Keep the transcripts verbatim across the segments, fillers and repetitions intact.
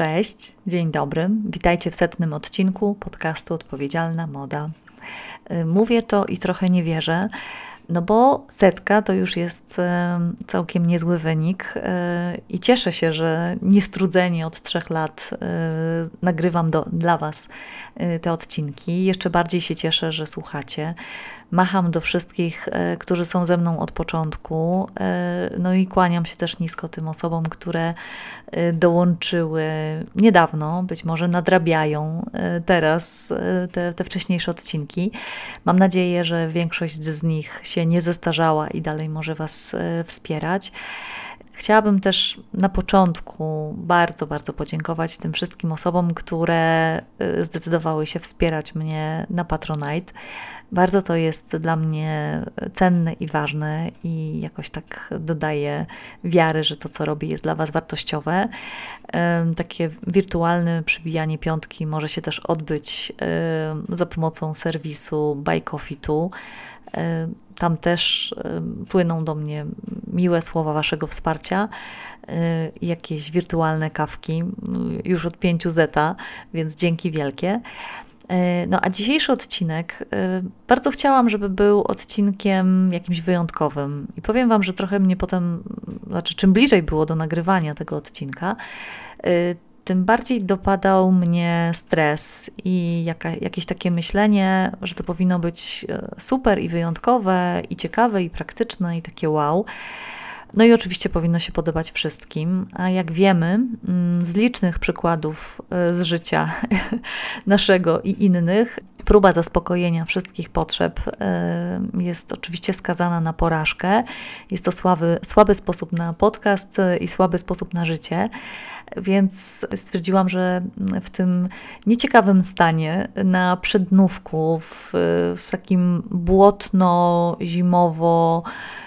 Cześć, dzień dobry. Witajcie w setnym odcinku podcastu Odpowiedzialna Moda. Mówię to i trochę nie wierzę, no bo setka to już jest całkiem niezły wynik i cieszę się, że niestrudzenie od trzech lat nagrywam do, dla Was te odcinki. Jeszcze bardziej się cieszę, że słuchacie. Macham do wszystkich, którzy są ze mną od początku, no i kłaniam się też nisko tym osobom, które dołączyły niedawno, być może nadrabiają teraz te, te wcześniejsze odcinki. Mam nadzieję, że większość z nich się nie zestarzała i dalej może Was wspierać. Chciałabym też na początku bardzo, bardzo podziękować tym wszystkim osobom, które zdecydowały się wspierać mnie na Patronite. Bardzo to jest dla mnie cenne i ważne i jakoś tak dodaje wiary, że to, co robię, jest dla Was wartościowe. Takie wirtualne przybijanie piątki może się też odbyć za pomocą serwisu Buy Coffee Tu. Tam też płyną do mnie miłe słowa Waszego wsparcia i jakieś wirtualne kawki już od pięciu zeta, więc dzięki wielkie. No a dzisiejszy odcinek bardzo chciałam, żeby był odcinkiem jakimś wyjątkowym i powiem Wam, że trochę mnie potem, znaczy czym bliżej było do nagrywania tego odcinka, tym bardziej dopadał mnie stres i jaka, jakieś takie myślenie, że to powinno być super i wyjątkowe i ciekawe i praktyczne i takie wow. No i oczywiście powinno się podobać wszystkim, a jak wiemy z licznych przykładów z życia naszego i innych, próba zaspokojenia wszystkich potrzeb jest oczywiście skazana na porażkę. Jest to słaby, słaby sposób na podcast i słaby sposób na życie, więc stwierdziłam, że w tym nieciekawym stanie na przednówku, w, w takim błotno-zimowo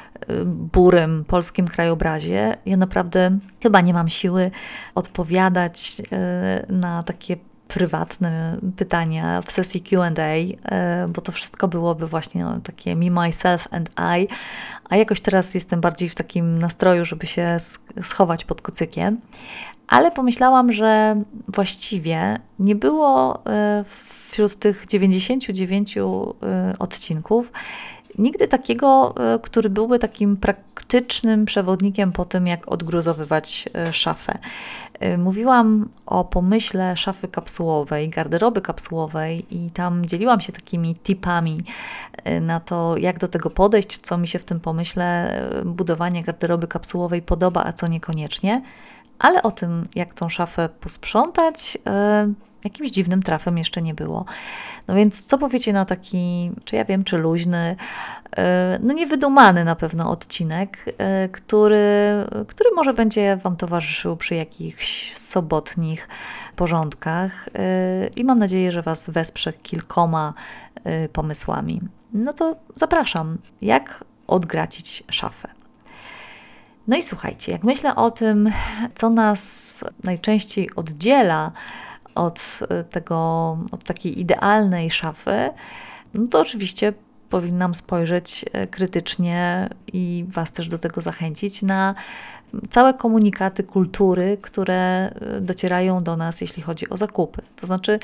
burym polskim krajobrazie, ja naprawdę chyba nie mam siły odpowiadać na takie prywatne pytania w sesji Q and A, bo to wszystko byłoby właśnie takie me, myself and I, a jakoś teraz jestem bardziej w takim nastroju, żeby się schować pod kocykiem, ale pomyślałam, że właściwie nie było wśród tych dziewięćdziesięciu dziewięciu odcinków nigdy takiego, który byłby takim praktycznym przewodnikiem po tym, jak odgruzowywać szafę. Mówiłam o pomyśle szafy kapsułowej, garderoby kapsułowej i tam dzieliłam się takimi tipami na to, jak do tego podejść, co mi się w tym pomyśle budowania garderoby kapsułowej podoba, a co niekoniecznie. Ale o tym, jak tą szafę posprzątać, jakimś dziwnym trafem jeszcze nie było. No więc co powiecie na taki, czy ja wiem, czy luźny, no niewydumany na pewno odcinek, który, który może będzie Wam towarzyszył przy jakichś sobotnich porządkach i mam nadzieję, że Was wesprze kilkoma pomysłami. No to zapraszam, jak odgracić szafę. No i słuchajcie, jak myślę o tym, co nas najczęściej oddziela od tego, od takiej idealnej szafy, no to oczywiście powinnam spojrzeć krytycznie i Was też do tego zachęcić na całe komunikaty kultury, które docierają do nas, jeśli chodzi o zakupy. To znaczy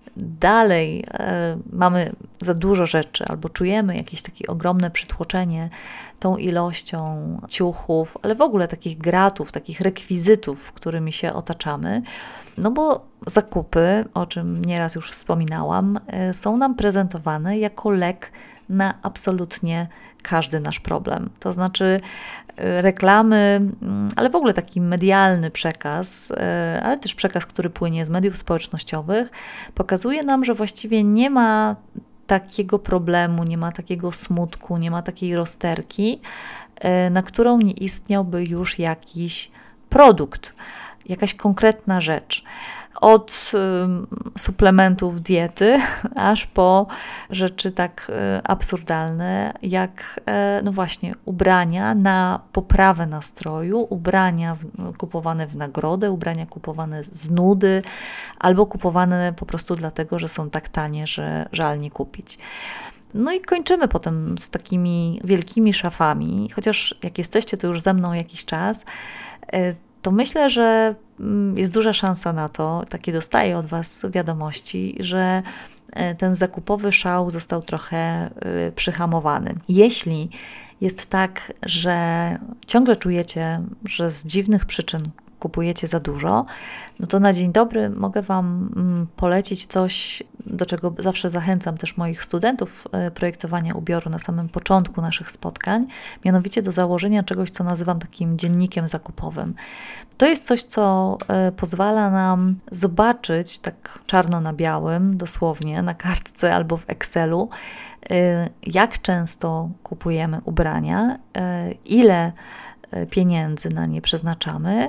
dalej e, mamy za dużo rzeczy albo czujemy jakieś takie ogromne przytłoczenie tą ilością ciuchów, ale w ogóle takich gratów, takich rekwizytów, którymi się otaczamy. No bo zakupy, o czym nieraz już wspominałam, e, są nam prezentowane jako lek na absolutnie każdy nasz problem. To znaczy reklamy, ale w ogóle taki medialny przekaz, ale też przekaz, który płynie z mediów społecznościowych, pokazuje nam, że właściwie nie ma takiego problemu, nie ma takiego smutku, nie ma takiej rozterki, na którą nie istniałby już jakiś produkt, jakaś konkretna rzecz. Od y, suplementów diety, aż po rzeczy tak y, absurdalne, jak y, no właśnie ubrania na poprawę nastroju, ubrania w, kupowane w nagrodę, ubrania kupowane z nudy, albo kupowane po prostu dlatego, że są tak tanie, że żal nie kupić. No i kończymy potem z takimi wielkimi szafami, chociaż jak jesteście tu już ze mną jakiś czas, y, to myślę, że jest duża szansa na to, takie dostaję od Was wiadomości, że ten zakupowy szał został trochę przyhamowany. Jeśli jest tak, że ciągle czujecie, że z dziwnych przyczyn kupujecie za dużo, no to na dzień dobry mogę Wam polecić coś, do czego zawsze zachęcam też moich studentów projektowania ubioru na samym początku naszych spotkań, mianowicie do założenia czegoś, co nazywam takim dziennikiem zakupowym. To jest coś, co pozwala nam zobaczyć tak czarno na białym, dosłownie na kartce albo w Excelu, jak często kupujemy ubrania, ile pieniędzy na nie przeznaczamy.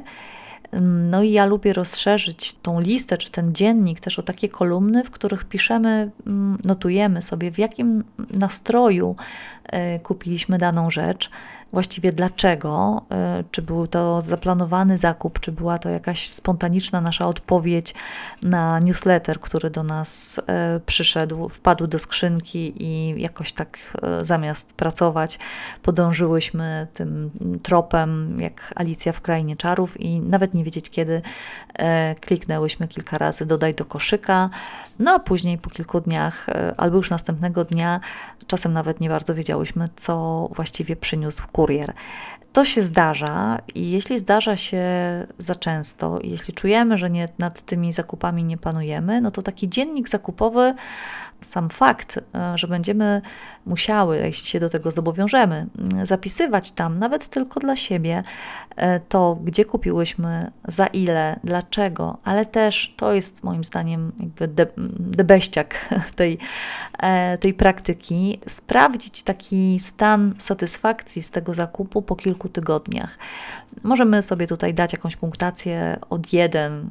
No i ja lubię rozszerzyć tą listę, czy ten dziennik też o takie kolumny, w których piszemy, notujemy sobie, w jakim nastroju kupiliśmy daną rzecz, właściwie dlaczego, czy był to zaplanowany zakup, czy była to jakaś spontaniczna nasza odpowiedź na newsletter, który do nas przyszedł, wpadł do skrzynki i jakoś tak zamiast pracować, podążyłyśmy tym tropem, jak Alicja w Krainie Czarów i nawet nie wiedzieć kiedy kliknęłyśmy kilka razy dodaj do koszyka, no a później po kilku dniach albo już następnego dnia, czasem nawet nie bardzo wiedziałyśmy, co właściwie przyniósł kurier. To się zdarza i jeśli zdarza się za często i jeśli czujemy, że nie, nad tymi zakupami nie panujemy, no to taki dziennik zakupowy, sam fakt, że będziemy musiały, jeśli się do tego zobowiążemy, zapisywać tam nawet tylko dla siebie to, gdzie kupiłyśmy, za ile, dlaczego, ale też to jest moim zdaniem jakby de, debeściak tej, tej praktyki, sprawdzić taki stan satysfakcji z tego zakupu po kilku tygodniach. Możemy sobie tutaj dać jakąś punktację od jeden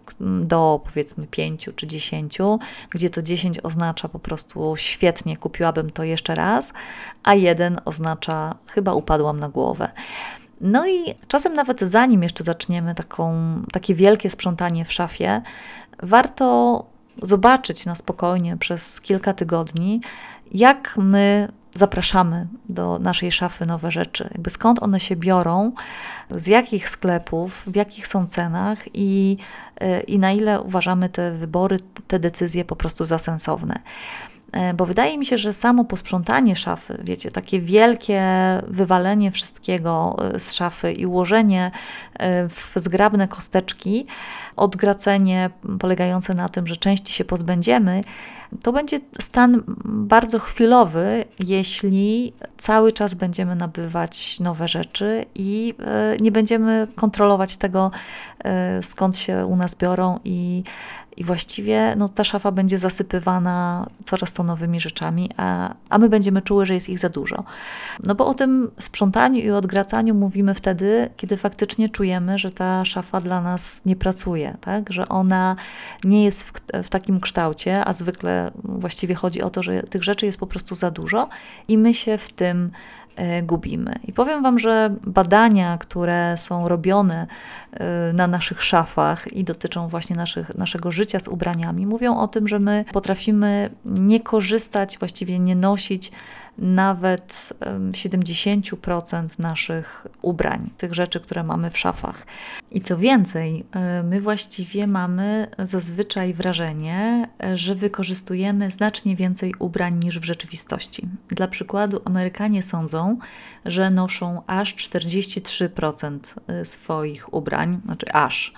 do powiedzmy pięciu czy dziesięciu, gdzie to dziesięć oznacza po prostu świetnie, kupiłabym to jeszcze raz, a jeden oznacza chyba upadłam na głowę. No i czasem nawet zanim jeszcze zaczniemy taką, takie wielkie sprzątanie w szafie, warto zobaczyć na spokojnie przez kilka tygodni, jak my zapraszamy do naszej szafy nowe rzeczy, jakby skąd one się biorą, z jakich sklepów, w jakich są cenach i, i na ile uważamy te wybory, te decyzje po prostu za sensowne. Bo wydaje mi się, że samo posprzątanie szafy, wiecie, takie wielkie wywalenie wszystkiego z szafy i ułożenie w zgrabne kosteczki, odgracenie polegające na tym, że części się pozbędziemy, to będzie stan bardzo chwilowy, jeśli cały czas będziemy nabywać nowe rzeczy i nie będziemy kontrolować tego, skąd się u nas biorą i I właściwie no, ta szafa będzie zasypywana coraz to nowymi rzeczami, a, a my będziemy czuły, że jest ich za dużo. No bo o tym sprzątaniu i odgracaniu mówimy wtedy, kiedy faktycznie czujemy, że ta szafa dla nas nie pracuje, tak? Że ona nie jest w, w takim kształcie, a zwykle właściwie chodzi o to, że tych rzeczy jest po prostu za dużo i my się w tym gubimy. I powiem Wam, że badania, które są robione na naszych szafach i dotyczą właśnie naszych, naszego życia z ubraniami, mówią o tym, że my potrafimy nie korzystać, właściwie nie nosić nawet siedemdziesiąt procent naszych ubrań, tych rzeczy, które mamy w szafach. I co więcej, my właściwie mamy zazwyczaj wrażenie, że wykorzystujemy znacznie więcej ubrań niż w rzeczywistości. Dla przykładu Amerykanie sądzą, że noszą aż czterdzieści trzy procent swoich ubrań, znaczy aż.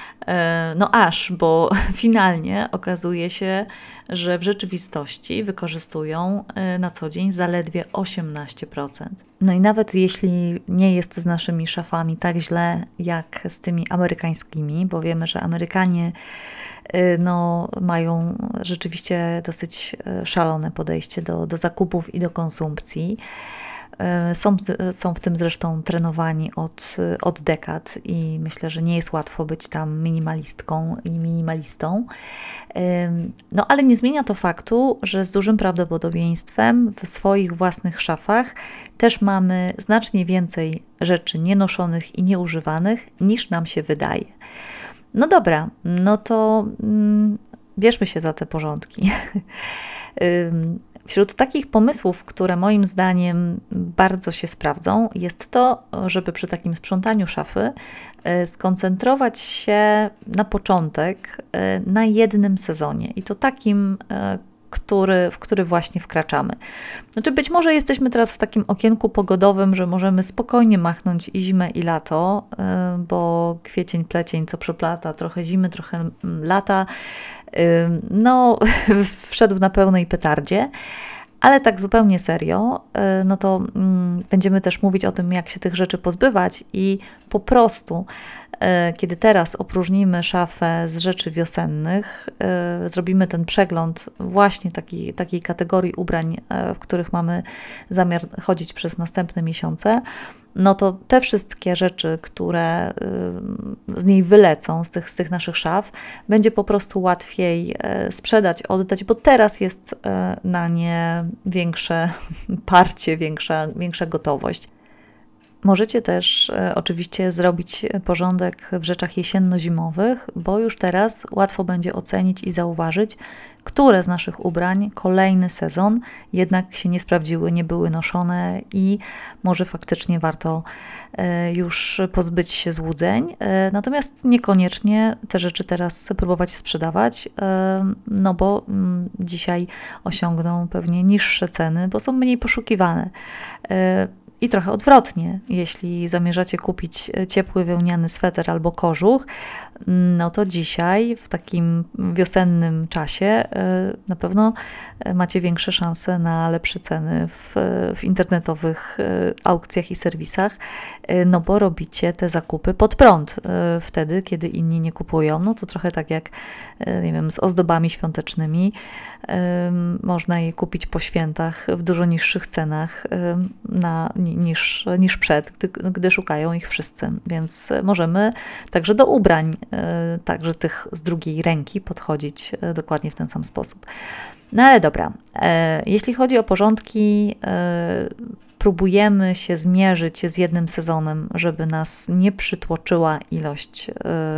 No aż, bo finalnie okazuje się, że w rzeczywistości wykorzystują na co dzień zaledwie osiemnaście procent. No i nawet jeśli nie jest z naszymi szafami tak źle jak z tymi amerykańskimi, bo wiemy, że Amerykanie no, mają rzeczywiście dosyć szalone podejście do, do zakupów i do konsumpcji. Są, są w tym zresztą trenowani od, od dekad i myślę, że nie jest łatwo być tam minimalistką i minimalistą. No ale nie zmienia to faktu, że z dużym prawdopodobieństwem w swoich własnych szafach też mamy znacznie więcej rzeczy nienoszonych i nieużywanych niż nam się wydaje. No dobra, no to mm, bierzmy się za te porządki. Wśród takich pomysłów, które moim zdaniem bardzo się sprawdzą, jest to, żeby przy takim sprzątaniu szafy skoncentrować się na początek na jednym sezonie i to takim, który, w który właśnie wkraczamy. Znaczy być może jesteśmy teraz w takim okienku pogodowym, że możemy spokojnie machnąć i zimę, i lato, bo kwiecień, plecień, co przeplata, trochę zimy, trochę lata, no wszedł na pełnej petardzie. Ale tak zupełnie serio, no to mm, będziemy też mówić o tym, jak się tych rzeczy pozbywać i po prostu, e, kiedy teraz opróżnimy szafę z rzeczy wiosennych, e, zrobimy ten przegląd właśnie taki, takiej kategorii ubrań, e, w których mamy zamiar chodzić przez następne miesiące, no to te wszystkie rzeczy, które y, z niej wylecą, z tych, z tych naszych szaf, będzie po prostu łatwiej y, sprzedać, oddać, bo teraz jest y, na nie większe parcie, większa, większa gotowość. Możecie też e, oczywiście zrobić porządek w rzeczach jesienno-zimowych, bo już teraz łatwo będzie ocenić i zauważyć, które z naszych ubrań kolejny sezon jednak się nie sprawdziły, nie były noszone i może faktycznie warto e, już pozbyć się złudzeń. E, natomiast niekoniecznie te rzeczy teraz próbować sprzedawać, e, no bo m, dzisiaj osiągną pewnie niższe ceny, bo są mniej poszukiwane. E, I trochę odwrotnie, jeśli zamierzacie kupić ciepły wełniany sweter albo kożuch, no to dzisiaj w takim wiosennym czasie na pewno macie większe szanse na lepsze ceny w, w internetowych aukcjach i serwisach, no bo robicie te zakupy pod prąd wtedy, kiedy inni nie kupują. No to trochę tak jak, nie wiem, z ozdobami świątecznymi. Można je kupić po świętach w dużo niższych cenach na, niż, niż przed, gdy, gdy szukają ich wszyscy. Więc możemy także do ubrań, także tych z drugiej ręki podchodzić dokładnie w ten sam sposób. No ale dobra, jeśli chodzi o porządki, próbujemy się zmierzyć z jednym sezonem, żeby nas nie przytłoczyła ilość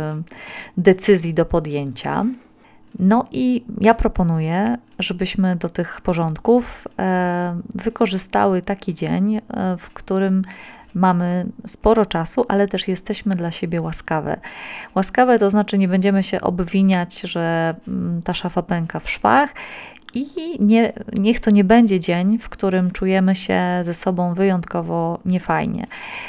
decyzji do podjęcia. No i ja proponuję, żebyśmy do tych porządków wykorzystały taki dzień, w którym mamy sporo czasu, ale też jesteśmy dla siebie łaskawe. Łaskawe to znaczy nie będziemy się obwiniać, że ta szafa pęka w szwach i nie, niech to nie będzie dzień, w którym czujemy się ze sobą wyjątkowo niefajnie.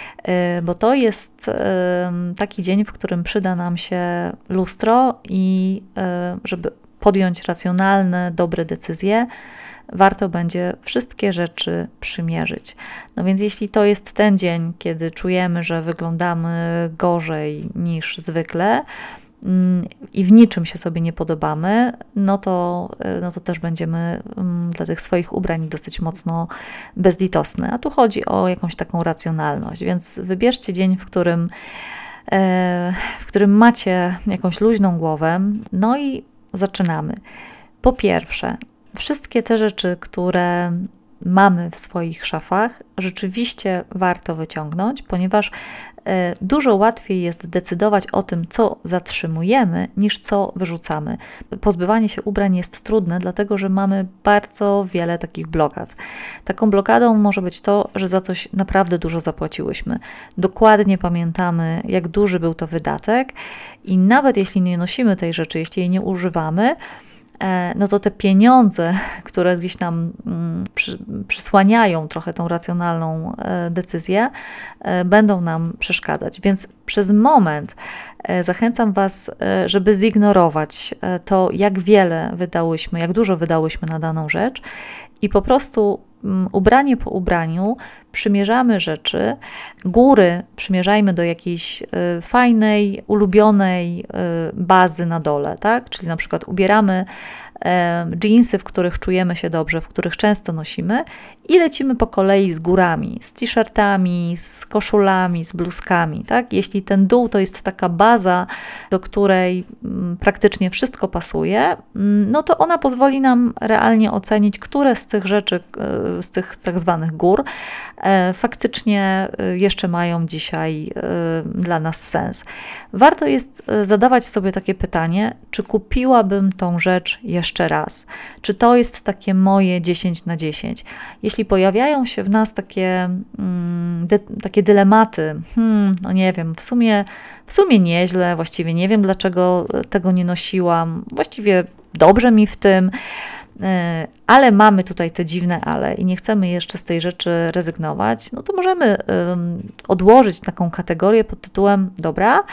Bo to jest taki dzień, w którym przyda nam się lustro i żeby podjąć racjonalne, dobre decyzje, warto będzie wszystkie rzeczy przymierzyć. No więc jeśli to jest ten dzień, kiedy czujemy, że wyglądamy gorzej niż zwykle i w niczym się sobie nie podobamy, no to, no to też będziemy dla tych swoich ubrań dosyć mocno bezlitosne. A tu chodzi o jakąś taką racjonalność, więc wybierzcie dzień, w którym, w którym macie jakąś luźną głowę, no i zaczynamy. Po pierwsze, wszystkie te rzeczy, które mamy w swoich szafach, rzeczywiście warto wyciągnąć, ponieważ dużo łatwiej jest decydować o tym, co zatrzymujemy, niż co wyrzucamy. Pozbywanie się ubrań jest trudne, dlatego że mamy bardzo wiele takich blokad. Taką blokadą może być to, że za coś naprawdę dużo zapłaciłyśmy. Dokładnie pamiętamy, jak duży był to wydatek i nawet jeśli nie nosimy tej rzeczy, jeśli jej nie używamy, no to te pieniądze, które gdzieś nam przy, przysłaniają trochę tą racjonalną decyzję, będą nam przeszkadzać. Więc przez moment zachęcam Was, żeby zignorować to, jak wiele wydałyśmy, jak dużo wydałyśmy na daną rzecz i po prostu ubranie po ubraniu przymierzamy rzeczy, góry przymierzajmy do jakiejś y, fajnej, ulubionej y, bazy na dole, tak? Czyli na przykład ubieramy y, dżinsy, w których czujemy się dobrze, w których często nosimy i lecimy po kolei z górami, z t-shirtami, z koszulami, z bluzkami, tak? Jeśli ten dół to jest taka baza, do której y, praktycznie wszystko pasuje, y, no to ona pozwoli nam realnie ocenić, które z tych rzeczy, y, z tych tak zwanych gór, faktycznie jeszcze mają dzisiaj dla nas sens. Warto jest zadawać sobie takie pytanie, czy kupiłabym tą rzecz jeszcze jeszcze raz? Czy to jest takie moje dziesięć na dziesięć? Jeśli pojawiają się w nas takie, mm, de, takie dylematy, hmm, no nie wiem, w sumie, w sumie nieźle, właściwie nie wiem, dlaczego tego nie nosiłam, właściwie dobrze mi w tym, ale mamy tutaj te dziwne ale i nie chcemy jeszcze z tej rzeczy rezygnować, no to możemy um, odłożyć taką kategorię pod tytułem dobra,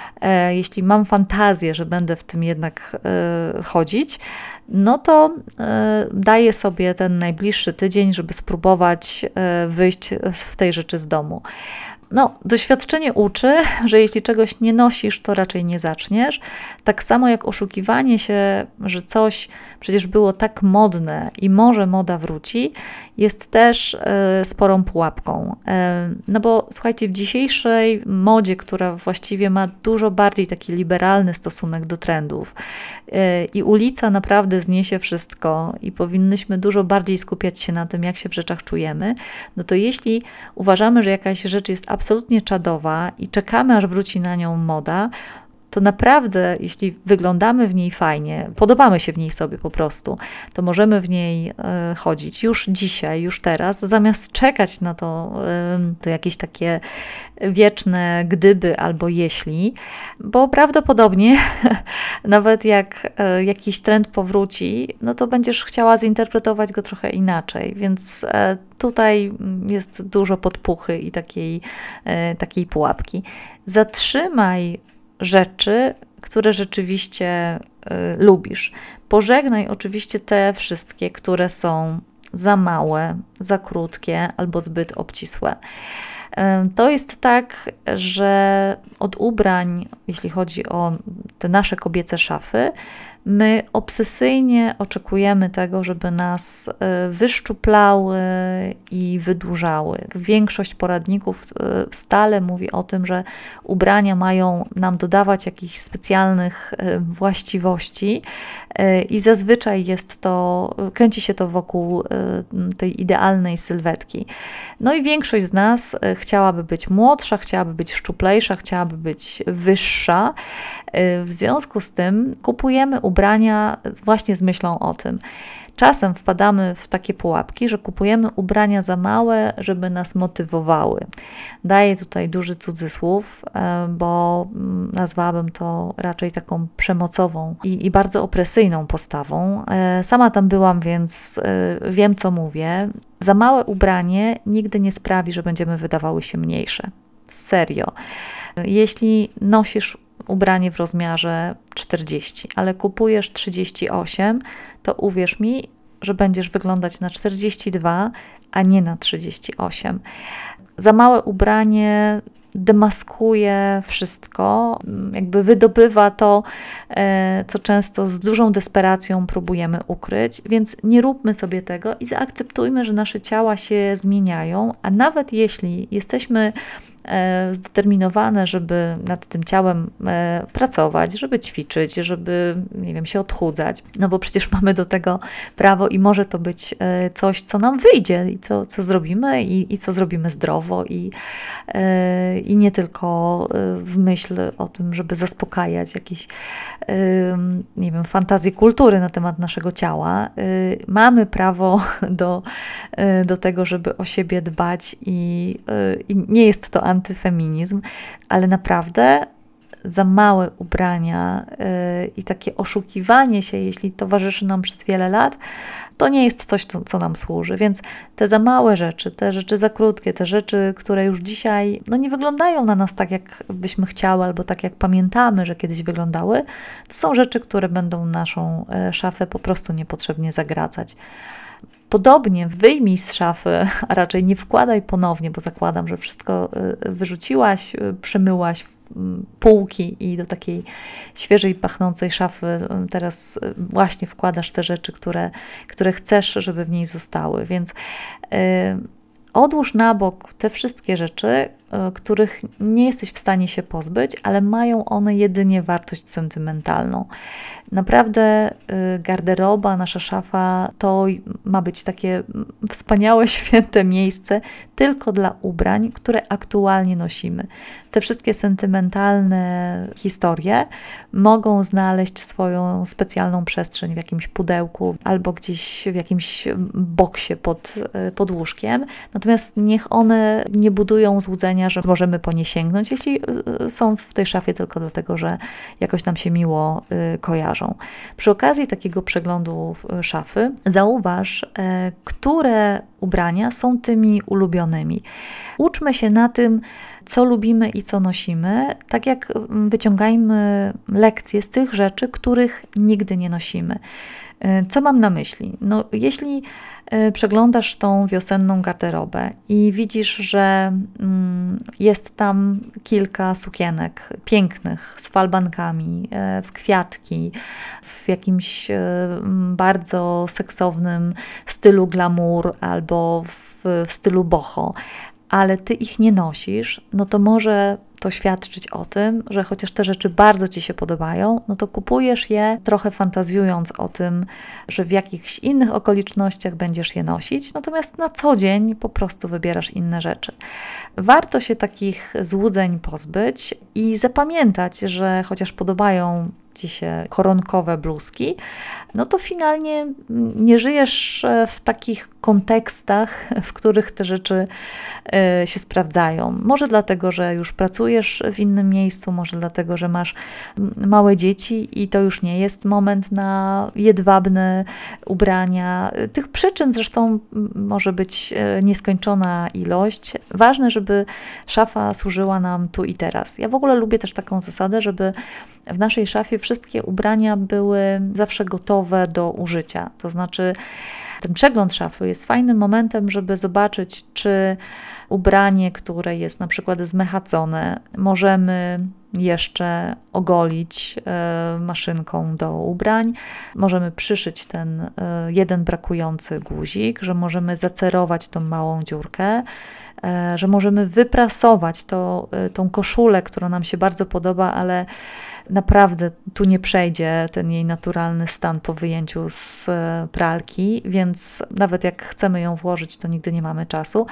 e, jeśli mam fantazję, że będę w tym jednak e, chodzić, no to e, daję sobie ten najbliższy tydzień, żeby spróbować e, wyjść w tej rzeczy z domu. No, doświadczenie uczy, że jeśli czegoś nie nosisz, to raczej nie zaczniesz. Tak samo jak oszukiwanie się, że coś przecież było tak modne i może moda wróci, jest też y, sporą pułapką. Y, no bo słuchajcie, w dzisiejszej modzie, która właściwie ma dużo bardziej taki liberalny stosunek do trendów y, i ulica naprawdę zniesie wszystko i powinnyśmy dużo bardziej skupiać się na tym, jak się w rzeczach czujemy, no to jeśli uważamy, że jakaś rzecz jest absolutnie czadowa i czekamy, aż wróci na nią moda, to naprawdę, jeśli wyglądamy w niej fajnie, podobamy się w niej sobie po prostu, to możemy w niej y, chodzić już dzisiaj, już teraz, zamiast czekać na to, y, to jakieś takie wieczne gdyby albo jeśli, bo prawdopodobnie nawet jak y, jakiś trend powróci, no to będziesz chciała zinterpretować go trochę inaczej, więc y, tutaj jest dużo podpuchy i takiej, y, takiej pułapki. Zatrzymaj rzeczy, które rzeczywiście y, lubisz. Pożegnaj oczywiście te wszystkie, które są za małe, za krótkie albo zbyt obcisłe. Y, to jest tak, że od ubrań, jeśli chodzi o te nasze kobiece szafy, my obsesyjnie oczekujemy tego, żeby nas wyszczuplały i wydłużały. Większość poradników stale mówi o tym, że ubrania mają nam dodawać jakichś specjalnych właściwości i zazwyczaj jest to, kręci się to wokół tej idealnej sylwetki. No i większość z nas chciałaby być młodsza, chciałaby być szczuplejsza, chciałaby być wyższa. W związku z tym kupujemy ubrania właśnie z myślą o tym. Czasem wpadamy w takie pułapki, że kupujemy ubrania za małe, żeby nas motywowały. Daję tutaj duży cudzysłów, bo nazwałabym to raczej taką przemocową i, i bardzo opresyjną postawą. Sama tam byłam, więc wiem, co mówię. Za małe ubranie nigdy nie sprawi, że będziemy wydawały się mniejsze. Serio. Jeśli nosisz ubranie w rozmiarze czterdzieści, ale kupujesz trzydzieści osiem, to uwierz mi, że będziesz wyglądać na czterdzieści dwa, a nie na trzydzieści osiem. Za małe ubranie demaskuje wszystko, jakby wydobywa to, co często z dużą desperacją próbujemy ukryć, więc nie róbmy sobie tego i zaakceptujmy, że nasze ciała się zmieniają, a nawet jeśli jesteśmy zdeterminowane, żeby nad tym ciałem pracować, żeby ćwiczyć, żeby, nie wiem, się odchudzać, no bo przecież mamy do tego prawo i może to być coś, co nam wyjdzie i co, co zrobimy i, i co zrobimy zdrowo i, i nie tylko w myśl o tym, żeby zaspokajać jakieś, nie wiem, fantazje kultury na temat naszego ciała. Mamy prawo do, do tego, żeby o siebie dbać i, i nie jest to antyfeminizm, ale naprawdę za małe ubrania yy, i takie oszukiwanie się, jeśli towarzyszy nam przez wiele lat, to nie jest coś, co, co nam służy. Więc te za małe rzeczy, te rzeczy za krótkie, te rzeczy, które już dzisiaj no, nie wyglądają na nas tak, jak byśmy chciały, albo tak, jak pamiętamy, że kiedyś wyglądały, to są rzeczy, które będą naszą yy, szafę po prostu niepotrzebnie zagradzać. Podobnie wyjmij z szafy, a raczej nie wkładaj ponownie, bo zakładam, że wszystko wyrzuciłaś, przemyłaś półki i do takiej świeżej pachnącej szafy teraz właśnie wkładasz te rzeczy, które, które chcesz, żeby w niej zostały. Więc yy, odłóż na bok te wszystkie rzeczy, których nie jesteś w stanie się pozbyć, ale mają one jedynie wartość sentymentalną. Naprawdę garderoba, nasza szafa to ma być takie wspaniałe, święte miejsce tylko dla ubrań, które aktualnie nosimy. Te wszystkie sentymentalne historie mogą znaleźć swoją specjalną przestrzeń w jakimś pudełku albo gdzieś w jakimś boksie pod, pod łóżkiem. Natomiast niech one nie budują złudzenia, że możemy po nie sięgnąć, jeśli są w tej szafie tylko dlatego, że jakoś nam się miło kojarzą. Przy okazji takiego przeglądu szafy zauważ, które ubrania są tymi ulubionymi. Uczmy się na tym, co lubimy i co nosimy, tak jak wyciągajmy lekcje z tych rzeczy, których nigdy nie nosimy. Co mam na myśli? No, jeśli przeglądasz tą wiosenną garderobę i widzisz, że jest tam kilka sukienek pięknych, z falbankami, w kwiatki, w jakimś bardzo seksownym stylu glamour albo w, w stylu boho, ale ty ich nie nosisz, no to może to świadczyć o tym, że chociaż te rzeczy bardzo ci się podobają, no to kupujesz je trochę fantazjując o tym, że w jakichś innych okolicznościach będziesz je nosić, natomiast na co dzień po prostu wybierasz inne rzeczy. Warto się takich złudzeń pozbyć i zapamiętać, że chociaż podobają ci się koronkowe bluzki, no to finalnie nie żyjesz w takich kontekstach, w których te rzeczy się sprawdzają. Może dlatego, że już pracujesz w innym miejscu, może dlatego, że masz małe dzieci i to już nie jest moment na jedwabne ubrania. Tych przyczyn zresztą może być nieskończona ilość. Ważne, żeby szafa służyła nam tu i teraz. Ja w ogóle lubię też taką zasadę, żeby w naszej szafie wszystkie ubrania były zawsze gotowe do użycia. To znaczy ten przegląd szafy jest fajnym momentem, żeby zobaczyć, czy ubranie, które jest na przykład zmechacone, możemy jeszcze ogolić e, maszynką do ubrań, możemy przyszyć ten e, jeden brakujący guzik, że możemy zacerować tą małą dziurkę, e, że możemy wyprasować to, e, tą koszulę, która nam się bardzo podoba, ale naprawdę tu nie przejdzie ten jej naturalny stan po wyjęciu z pralki, więc nawet jak chcemy ją włożyć, to nigdy nie mamy czasu.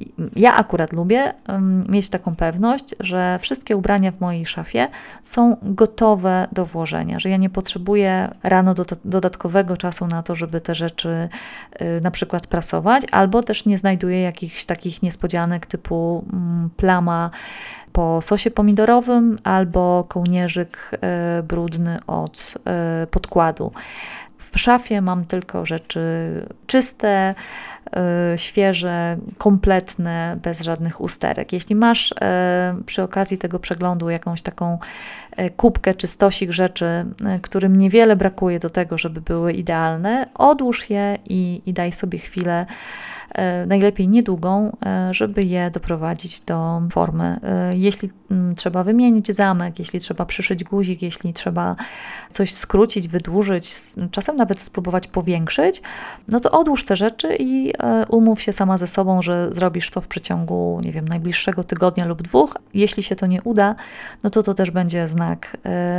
Ja akurat lubię um, mieć taką pewność, że wszystkie ubrania w mojej szafie są gotowe do włożenia, że ja nie potrzebuję rano do, dodatkowego czasu na to, żeby te rzeczy y, na przykład prasować, albo też nie znajduję jakichś takich niespodzianek typu mm, plama po sosie pomidorowym albo kołnierzyk y, brudny od y, podkładu. W szafie mam tylko rzeczy czyste, y, świeże, kompletne, bez żadnych usterek. Jeśli masz y, przy okazji tego przeglądu jakąś taką y, kubkę czy stosik rzeczy, y, którym niewiele brakuje do tego, żeby były idealne, odłóż je i, i daj sobie chwilę, najlepiej niedługą, żeby je doprowadzić do formy. Jeśli trzeba wymienić zamek, jeśli trzeba przyszyć guzik, jeśli trzeba coś skrócić, wydłużyć, czasem nawet spróbować powiększyć, no to odłóż te rzeczy i umów się sama ze sobą, że zrobisz to w przeciągu, nie wiem, najbliższego tygodnia lub dwóch. Jeśli się to nie uda, no to to też będzie znak,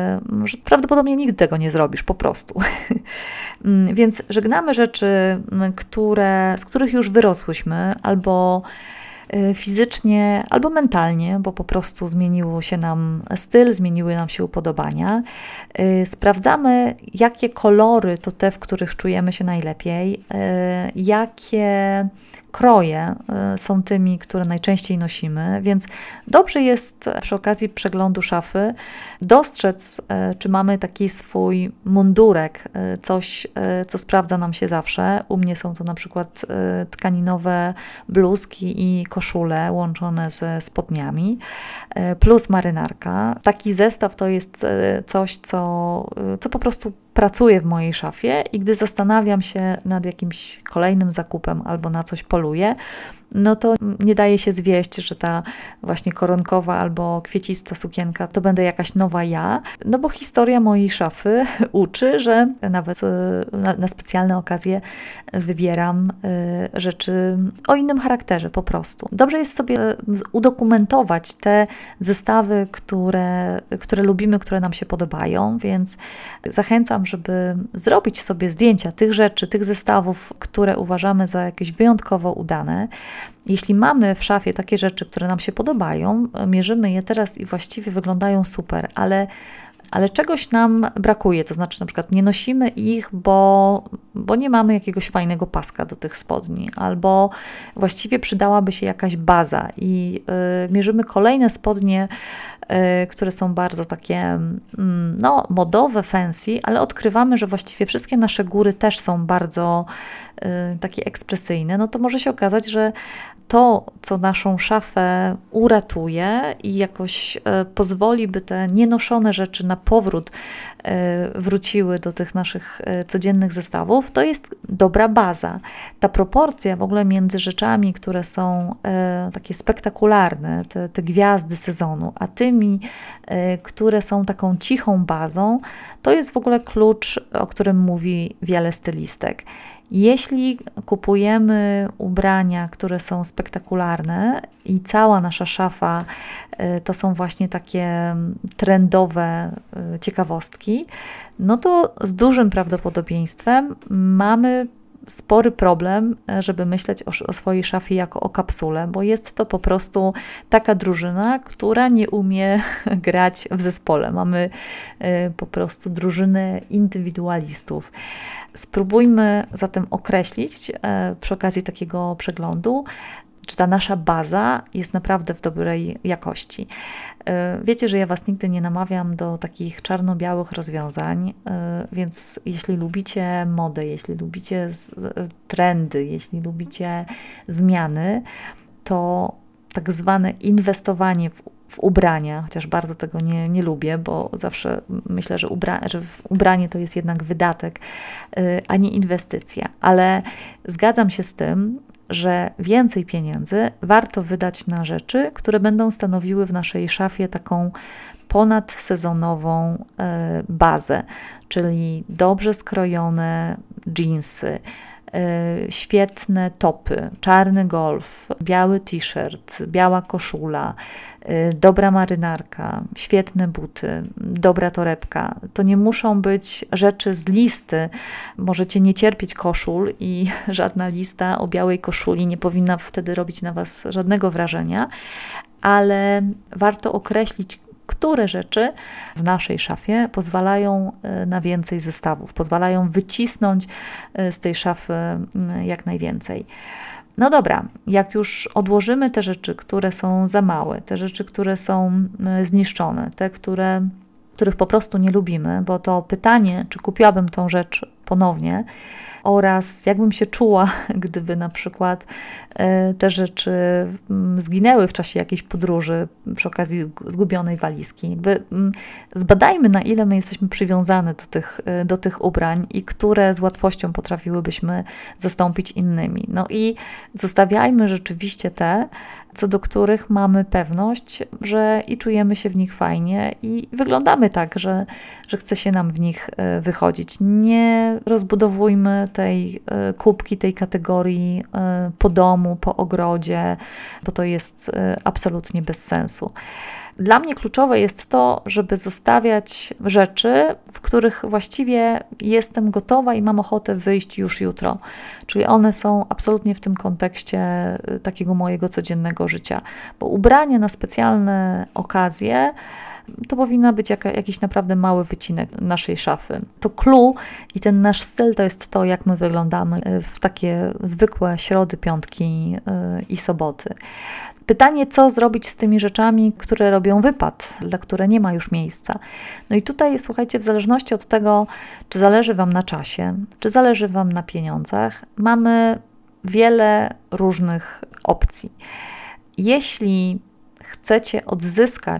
że prawdopodobnie nigdy tego nie zrobisz, po prostu. Więc żegnamy rzeczy, które, z których już wyrosłyśmy, albo fizycznie, albo mentalnie, bo po prostu zmieniło się nam styl, zmieniły nam się upodobania. Sprawdzamy, jakie kolory to te, w których czujemy się najlepiej, jakie kroje są tymi, które najczęściej nosimy, więc dobrze jest przy okazji przeglądu szafy dostrzec, czy mamy taki swój mundurek, coś, co sprawdza nam się zawsze. U mnie są to na przykład tkaninowe bluzki i koszule łączone ze spodniami, plus marynarka. Taki zestaw to jest coś, co, co po prostu pracuję w mojej szafie i gdy zastanawiam się nad jakimś kolejnym zakupem albo na coś poluję, no to nie daje się zwieść, że ta właśnie koronkowa albo kwiecista sukienka to będę jakaś nowa ja, no bo historia mojej szafy uczy, że nawet na, na specjalne okazje wybieram y, rzeczy o innym charakterze po prostu. Dobrze jest sobie udokumentować te zestawy, które, które lubimy, które nam się podobają, więc zachęcam, żeby zrobić sobie zdjęcia tych rzeczy, tych zestawów, które uważamy za jakieś wyjątkowo udane. Jeśli mamy w szafie takie rzeczy, które nam się podobają, mierzymy je teraz i właściwie wyglądają super, ale, ale czegoś nam brakuje, to znaczy na przykład nie nosimy ich, bo, bo nie mamy jakiegoś fajnego paska do tych spodni, albo właściwie przydałaby się jakaś baza i y, mierzymy kolejne spodnie, y, które są bardzo takie y, no, modowe, fancy, ale odkrywamy, że właściwie wszystkie nasze góry też są bardzo y, takie ekspresyjne, no to może się okazać, że to, co naszą szafę uratuje i jakoś e, pozwoli, by te nienoszone rzeczy na powrót e, wróciły do tych naszych e, codziennych zestawów, to jest dobra baza. Ta proporcja w ogóle między rzeczami, które są e, takie spektakularne, te, te gwiazdy sezonu, a tymi, e, które są taką cichą bazą, to jest w ogóle klucz, o którym mówi wiele stylistek. Jeśli kupujemy ubrania, które są spektakularne i cała nasza szafa to są właśnie takie trendowe ciekawostki, no to z dużym prawdopodobieństwem mamy spory problem, żeby myśleć o, o swojej szafie jako o kapsule, bo jest to po prostu taka drużyna, która nie umie grać w zespole. Mamy po prostu drużynę indywidualistów. Spróbujmy zatem określić e, przy okazji takiego przeglądu, czy ta nasza baza jest naprawdę w dobrej jakości. E, wiecie, że ja Was nigdy nie namawiam do takich czarno-białych rozwiązań, e, więc jeśli lubicie modę, jeśli lubicie z, trendy, jeśli lubicie zmiany, to tak zwane inwestowanie w w ubrania, chociaż bardzo tego nie, nie lubię, bo zawsze myślę, że, ubra że ubranie to jest jednak wydatek, yy, a nie inwestycja. Ale zgadzam się z tym, że więcej pieniędzy warto wydać na rzeczy, które będą stanowiły w naszej szafie taką ponadsezonową yy, bazę, czyli dobrze skrojone dżinsy, Yy, świetne topy, czarny golf, biały t-shirt, biała koszula, yy, dobra marynarka, świetne buty, dobra torebka. To nie muszą być rzeczy z listy. Możecie nie cierpieć koszul i żadna lista o białej koszuli nie powinna wtedy robić na Was żadnego wrażenia, ale warto określić, które rzeczy w naszej szafie pozwalają na więcej zestawów, pozwalają wycisnąć z tej szafy jak najwięcej. No dobra, jak już odłożymy te rzeczy, które są za małe, te rzeczy, które są zniszczone, te, które, których po prostu nie lubimy, bo to pytanie, czy kupiłabym tą rzecz ponownie, oraz jakbym się czuła, gdyby na przykład te rzeczy zginęły w czasie jakiejś podróży przy okazji zgubionej walizki. Jakby zbadajmy, na ile my jesteśmy przywiązane do tych, do tych ubrań i które z łatwością potrafiłybyśmy zastąpić innymi. No i zostawiajmy rzeczywiście te, co do których mamy pewność, że i czujemy się w nich fajnie i wyglądamy tak, że, że chce się nam w nich wychodzić. Nie rozbudowujmy tej kubki, tej kategorii po domu, po ogrodzie, bo to jest absolutnie bez sensu. Dla mnie kluczowe jest to, żeby zostawiać rzeczy, w których właściwie jestem gotowa i mam ochotę wyjść już jutro. Czyli one są absolutnie w tym kontekście takiego mojego codziennego życia. Bo ubranie na specjalne okazje to powinna być jaka, jakiś naprawdę mały wycinek naszej szafy. To clue i ten nasz styl to jest to, jak my wyglądamy w takie zwykłe środy, piątki i soboty. Pytanie, co zrobić z tymi rzeczami, które robią wypad, dla które nie ma już miejsca. No i tutaj, słuchajcie, w zależności od tego, czy zależy Wam na czasie, czy zależy Wam na pieniądzach, mamy wiele różnych opcji. Jeśli chcecie odzyskać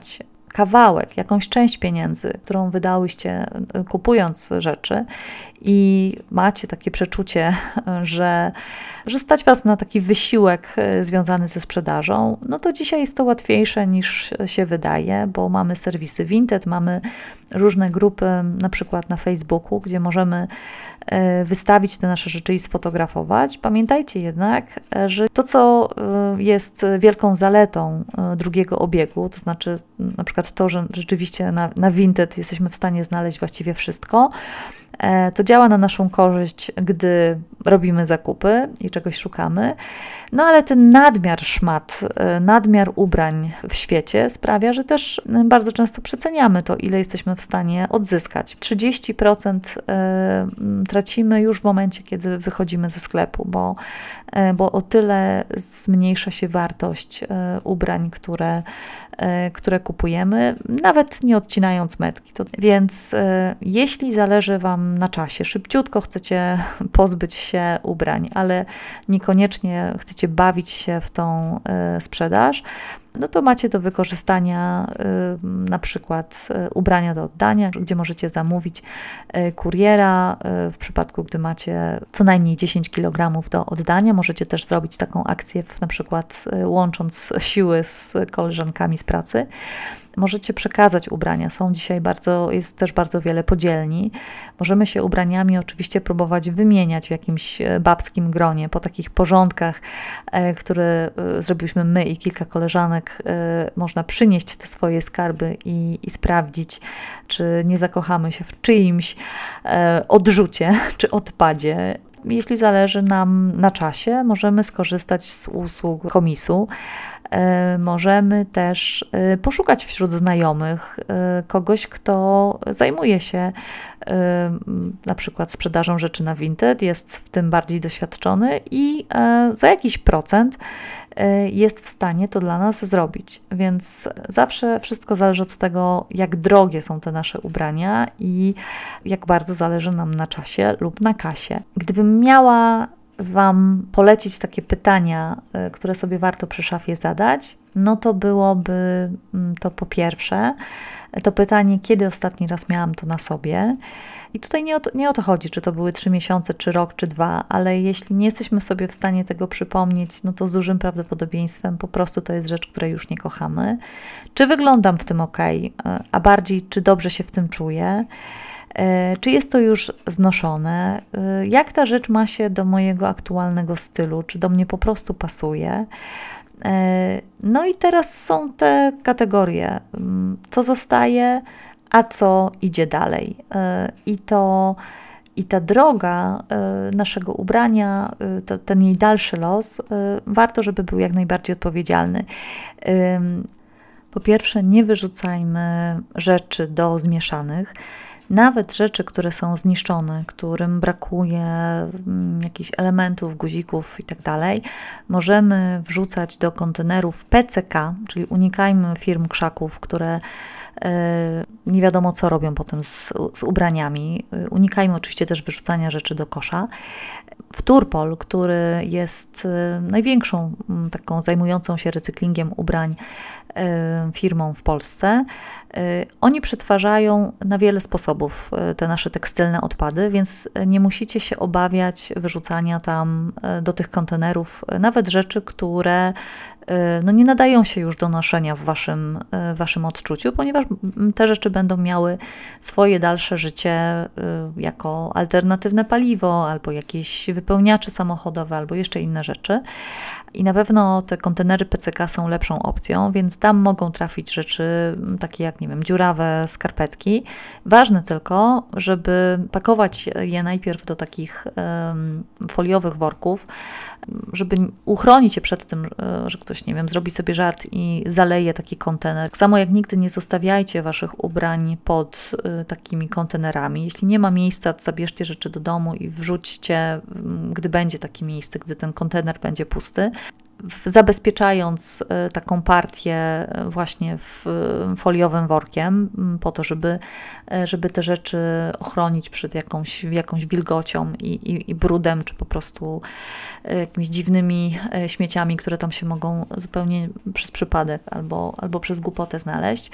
kawałek, jakąś część pieniędzy, którą wydałyście kupując rzeczy i macie takie przeczucie, że, że stać Was na taki wysiłek związany ze sprzedażą, no to dzisiaj jest to łatwiejsze niż się wydaje, bo mamy serwisy Vinted, mamy różne grupy, na przykład na Facebooku, gdzie możemy wystawić te nasze rzeczy i sfotografować. Pamiętajcie jednak, że to, co jest wielką zaletą drugiego obiegu, to znaczy na przykład to, że rzeczywiście na, na Vinted jesteśmy w stanie znaleźć właściwie wszystko, to działa na naszą korzyść, gdy robimy zakupy i czegoś szukamy. No ale ten nadmiar szmat, nadmiar ubrań w świecie sprawia, że też bardzo często przeceniamy to, ile jesteśmy w stanie odzyskać. trzydzieści procent tracimy już w momencie, kiedy wychodzimy ze sklepu, bo, bo o tyle zmniejsza się wartość ubrań, które, które kupujemy, nawet nie odcinając metki. To, więc jeśli zależy Wam na czasie, szybciutko chcecie pozbyć się ubrań, ale niekoniecznie chcecie bawić się w tą y, sprzedaż, no to macie do wykorzystania y, na przykład y, ubrania do oddania, gdzie możecie zamówić y, kuriera. Y, w przypadku, gdy macie co najmniej dziesięć kilogramów do oddania, możecie też zrobić taką akcję, w, na przykład y, łącząc siły z koleżankami z pracy. Możecie przekazać ubrania. Są dzisiaj bardzo, jest też bardzo wiele podzielni. Możemy się ubraniami oczywiście próbować wymieniać w jakimś babskim gronie, po takich porządkach, e, które e, zrobiliśmy my i kilka koleżanek. E, można przynieść te swoje skarby i, i sprawdzić, czy nie zakochamy się w czyimś e, odrzucie czy odpadzie. Jeśli zależy nam na czasie, możemy skorzystać z usług komisu. Możemy też poszukać wśród znajomych kogoś, kto zajmuje się na przykład sprzedażą rzeczy na Vinted, jest w tym bardziej doświadczony i za jakiś procent jest w stanie to dla nas zrobić. Więc zawsze wszystko zależy od tego, jak drogie są te nasze ubrania i jak bardzo zależy nam na czasie lub na kasie. Gdybym miała Wam polecić takie pytania, które sobie warto przy szafie zadać, no to byłoby to po pierwsze to pytanie, kiedy ostatni raz miałam to na sobie. I tutaj nie o to, nie o to chodzi, czy to były trzy miesiące, czy rok, czy dwa, ale jeśli nie jesteśmy sobie w stanie tego przypomnieć, no to z dużym prawdopodobieństwem po prostu to jest rzecz, której już nie kochamy. Czy wyglądam w tym ok, a bardziej, czy dobrze się w tym czuję? Czy jest to już znoszone? Jak ta rzecz ma się do mojego aktualnego stylu? Czy do mnie po prostu pasuje? No i teraz są te kategorie, co zostaje, a co idzie dalej. I to i ta droga naszego ubrania, to, ten jej dalszy los, warto, żeby był jak najbardziej odpowiedzialny. Po pierwsze, nie wyrzucajmy rzeczy do zmieszanych. Nawet rzeczy, które są zniszczone, którym brakuje jakichś elementów, guzików i tak dalej, możemy wrzucać do kontenerów P C K, czyli unikajmy firm krzaków, które nie wiadomo co robią potem z, z ubraniami. Unikajmy oczywiście też wyrzucania rzeczy do kosza. W Turpol, który jest największą taką zajmującą się recyklingiem ubrań firmą w Polsce, oni przetwarzają na wiele sposobów te nasze tekstylne odpady, więc nie musicie się obawiać wyrzucania tam do tych kontenerów nawet rzeczy, które no nie nadają się już do noszenia w waszym, w waszym odczuciu, ponieważ te rzeczy będą miały swoje dalsze życie jako alternatywne paliwo, albo jakieś wypełniacze samochodowe, albo jeszcze inne rzeczy. I na pewno te kontenery P C K są lepszą opcją, więc tam mogą trafić rzeczy takie jak, nie wiem, dziurawe skarpetki. Ważne tylko, żeby pakować je najpierw do takich um, foliowych worków, żeby uchronić się przed tym, że ktoś, nie wiem, zrobi sobie żart i zaleje taki kontener. Tak samo jak nigdy nie zostawiajcie waszych ubrań pod y, takimi kontenerami. Jeśli nie ma miejsca, zabierzcie rzeczy do domu i wrzućcie, gdy będzie takie miejsce, gdy ten kontener będzie pusty. zabezpieczając taką partię właśnie w foliowym workiem, po to, żeby, żeby te rzeczy ochronić przed jakąś, jakąś wilgocią i, i, i brudem, czy po prostu jakimiś dziwnymi śmieciami, które tam się mogą zupełnie przez przypadek albo, albo przez głupotę znaleźć.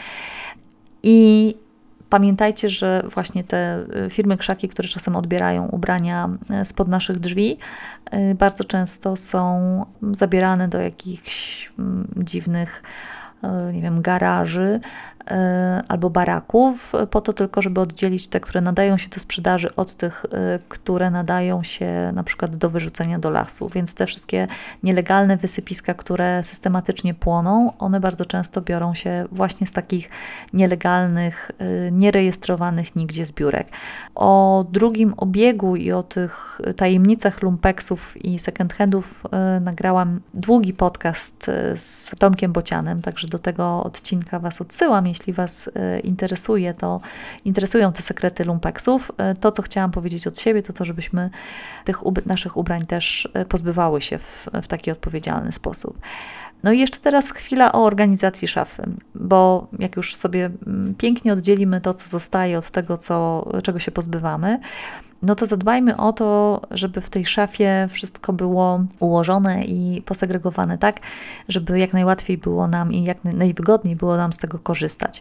I pamiętajcie, że właśnie te firmy krzaki, które czasem odbierają ubrania spod naszych drzwi, bardzo często są zabierane do jakichś dziwnych, nie wiem, garaży albo baraków, po to tylko, żeby oddzielić te, które nadają się do sprzedaży, od tych, które nadają się na przykład do wyrzucenia do lasu. Więc te wszystkie nielegalne wysypiska, które systematycznie płoną, one bardzo często biorą się właśnie z takich nielegalnych, nierejestrowanych nigdzie zbiórek. O drugim obiegu i o tych tajemnicach lumpeksów i second-handów nagrałam długi podcast z Tomkiem Bocianem, także do tego odcinka Was odsyłam. Jeśli Was interesuje, to interesują te sekrety lumpeksów. To, co chciałam powiedzieć od siebie, to to, żebyśmy tych ub- naszych ubrań też pozbywały się w, w taki odpowiedzialny sposób. No i jeszcze teraz chwila o organizacji szafy, bo jak już sobie pięknie oddzielimy to, co zostaje od tego, co, czego się pozbywamy, no to zadbajmy o to, żeby w tej szafie wszystko było ułożone i posegregowane tak, żeby jak najłatwiej było nam i jak najwygodniej było nam z tego korzystać.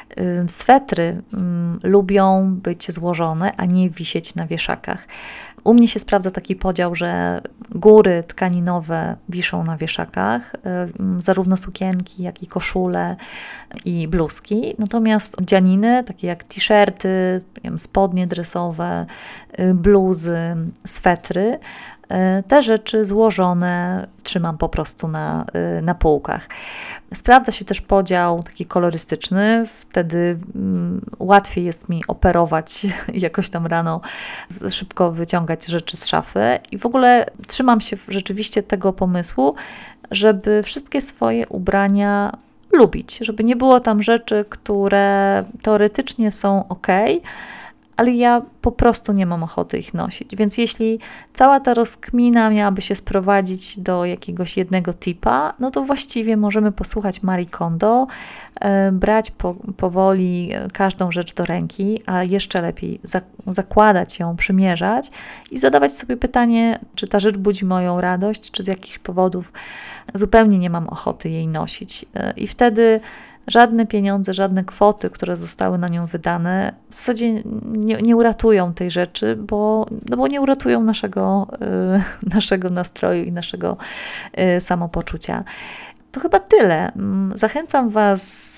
Swetry lubią być złożone, a nie wisieć na wieszakach. U mnie się sprawdza taki podział, że góry tkaninowe wiszą na wieszakach, zarówno sukienki, jak i koszule i bluzki. Natomiast dzianiny, takie jak t-shirty, nie wiem, spodnie dresowe, bluzy, swetry, te rzeczy złożone trzymam po prostu na, na półkach. Sprawdza się też podział taki kolorystyczny, wtedy łatwiej jest mi operować jakoś tam rano, szybko wyciągać rzeczy z szafy i w ogóle trzymam się rzeczywiście tego pomysłu, żeby wszystkie swoje ubrania lubić, żeby nie było tam rzeczy, które teoretycznie są ok, ale ja po prostu nie mam ochoty ich nosić. Więc jeśli cała ta rozkmina miałaby się sprowadzić do jakiegoś jednego tipa, no to właściwie możemy posłuchać Marie Kondo, e, brać po, powoli każdą rzecz do ręki, a jeszcze lepiej za, zakładać ją, przymierzać i zadawać sobie pytanie, czy ta rzecz budzi moją radość, czy z jakichś powodów zupełnie nie mam ochoty jej nosić. E, I wtedy żadne pieniądze, żadne kwoty, które zostały na nią wydane, w zasadzie nie, nie uratują tej rzeczy, bo, no bo nie uratują naszego, y, naszego nastroju i naszego y, samopoczucia. To chyba tyle. Zachęcam Was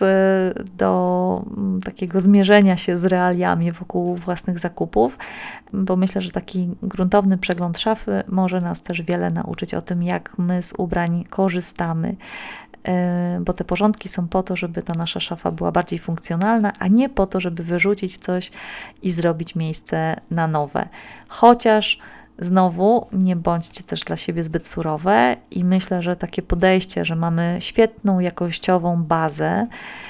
do takiego zmierzenia się z realiami wokół własnych zakupów, bo myślę, że taki gruntowny przegląd szafy może nas też wiele nauczyć o tym, jak my z ubrań korzystamy, bo te porządki są po to, żeby ta nasza szafa była bardziej funkcjonalna, a nie po to, żeby wyrzucić coś i zrobić miejsce na nowe. Chociaż znowu nie bądźcie też dla siebie zbyt surowe i myślę, że takie podejście, że mamy świetną, jakościową bazę,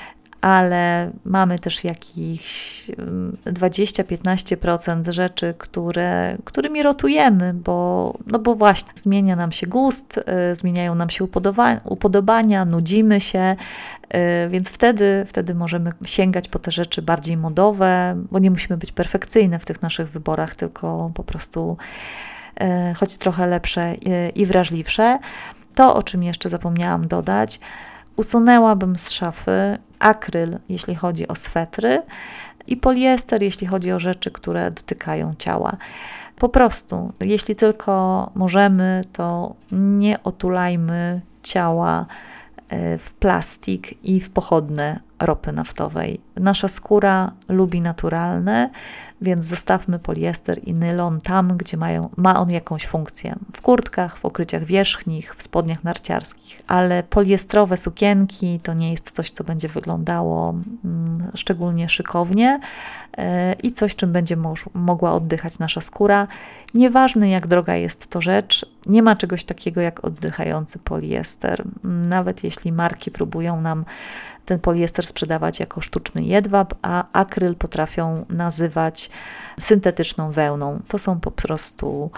ale mamy też jakichś dwadzieścia do piętnastu procent rzeczy, które, którymi rotujemy, bo, no bo właśnie zmienia nam się gust, y, zmieniają nam się upodoba- upodobania, nudzimy się, y, więc wtedy, wtedy możemy sięgać po te rzeczy bardziej modowe, bo nie musimy być perfekcyjne w tych naszych wyborach, tylko po prostu y, choć trochę lepsze y, i wrażliwsze. To, o czym jeszcze zapomniałam dodać, usunęłabym z szafy akryl, jeśli chodzi o swetry, i poliester, jeśli chodzi o rzeczy, które dotykają ciała. Po prostu, jeśli tylko możemy, to nie otulajmy ciała w plastik i w pochodne ropy naftowej. Nasza skóra lubi naturalne, więc zostawmy poliester i nylon tam, gdzie mają, ma on jakąś funkcję. W kurtkach, w okryciach wierzchnich, w spodniach narciarskich, ale poliestrowe sukienki to nie jest coś, co będzie wyglądało mm, szczególnie szykownie yy, i coś, czym będzie mo- mogła oddychać nasza skóra. Nieważne, jak droga jest to rzecz, nie ma czegoś takiego jak oddychający poliester. Nawet jeśli marki próbują nam ten poliester sprzedawać jako sztuczny jedwab, a akryl potrafią nazywać syntetyczną wełną. To są po prostu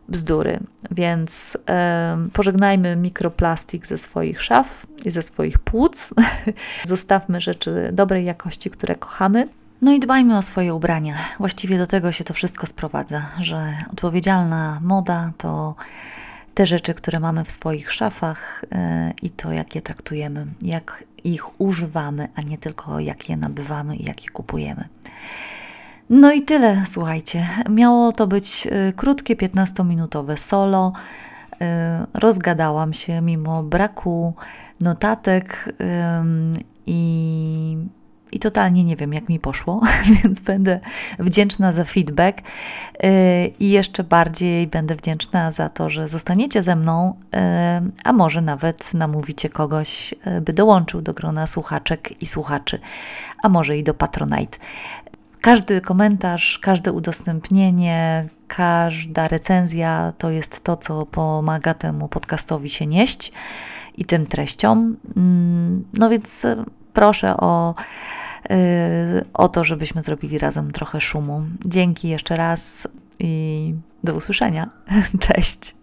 bzdury. Więc e, pożegnajmy mikroplastik ze swoich szaf i ze swoich płuc. Zostawmy rzeczy dobrej jakości, które kochamy. No i dbajmy o swoje ubrania. Właściwie do tego się to wszystko sprowadza, że odpowiedzialna moda to te rzeczy, które mamy w swoich szafach yy, i to, jak je traktujemy, jak ich używamy, a nie tylko jak je nabywamy i jak je kupujemy. No i tyle, słuchajcie. Miało to być y, krótkie, piętnastominutowe solo. Y, rozgadałam się mimo braku notatek y, i, i totalnie nie wiem, jak mi poszło, więc będę wdzięczna za feedback y, i jeszcze bardziej będę wdzięczna za to, że zostaniecie ze mną, y, a może nawet namówicie kogoś, y, by dołączył do grona słuchaczek i słuchaczy, a może i do Patronite. Każdy komentarz, każde udostępnienie, każda recenzja to jest to, co pomaga temu podcastowi się nieść i tym treściom. No więc proszę o, yy, o to, żebyśmy zrobili razem trochę szumu. Dzięki jeszcze raz i do usłyszenia. Cześć!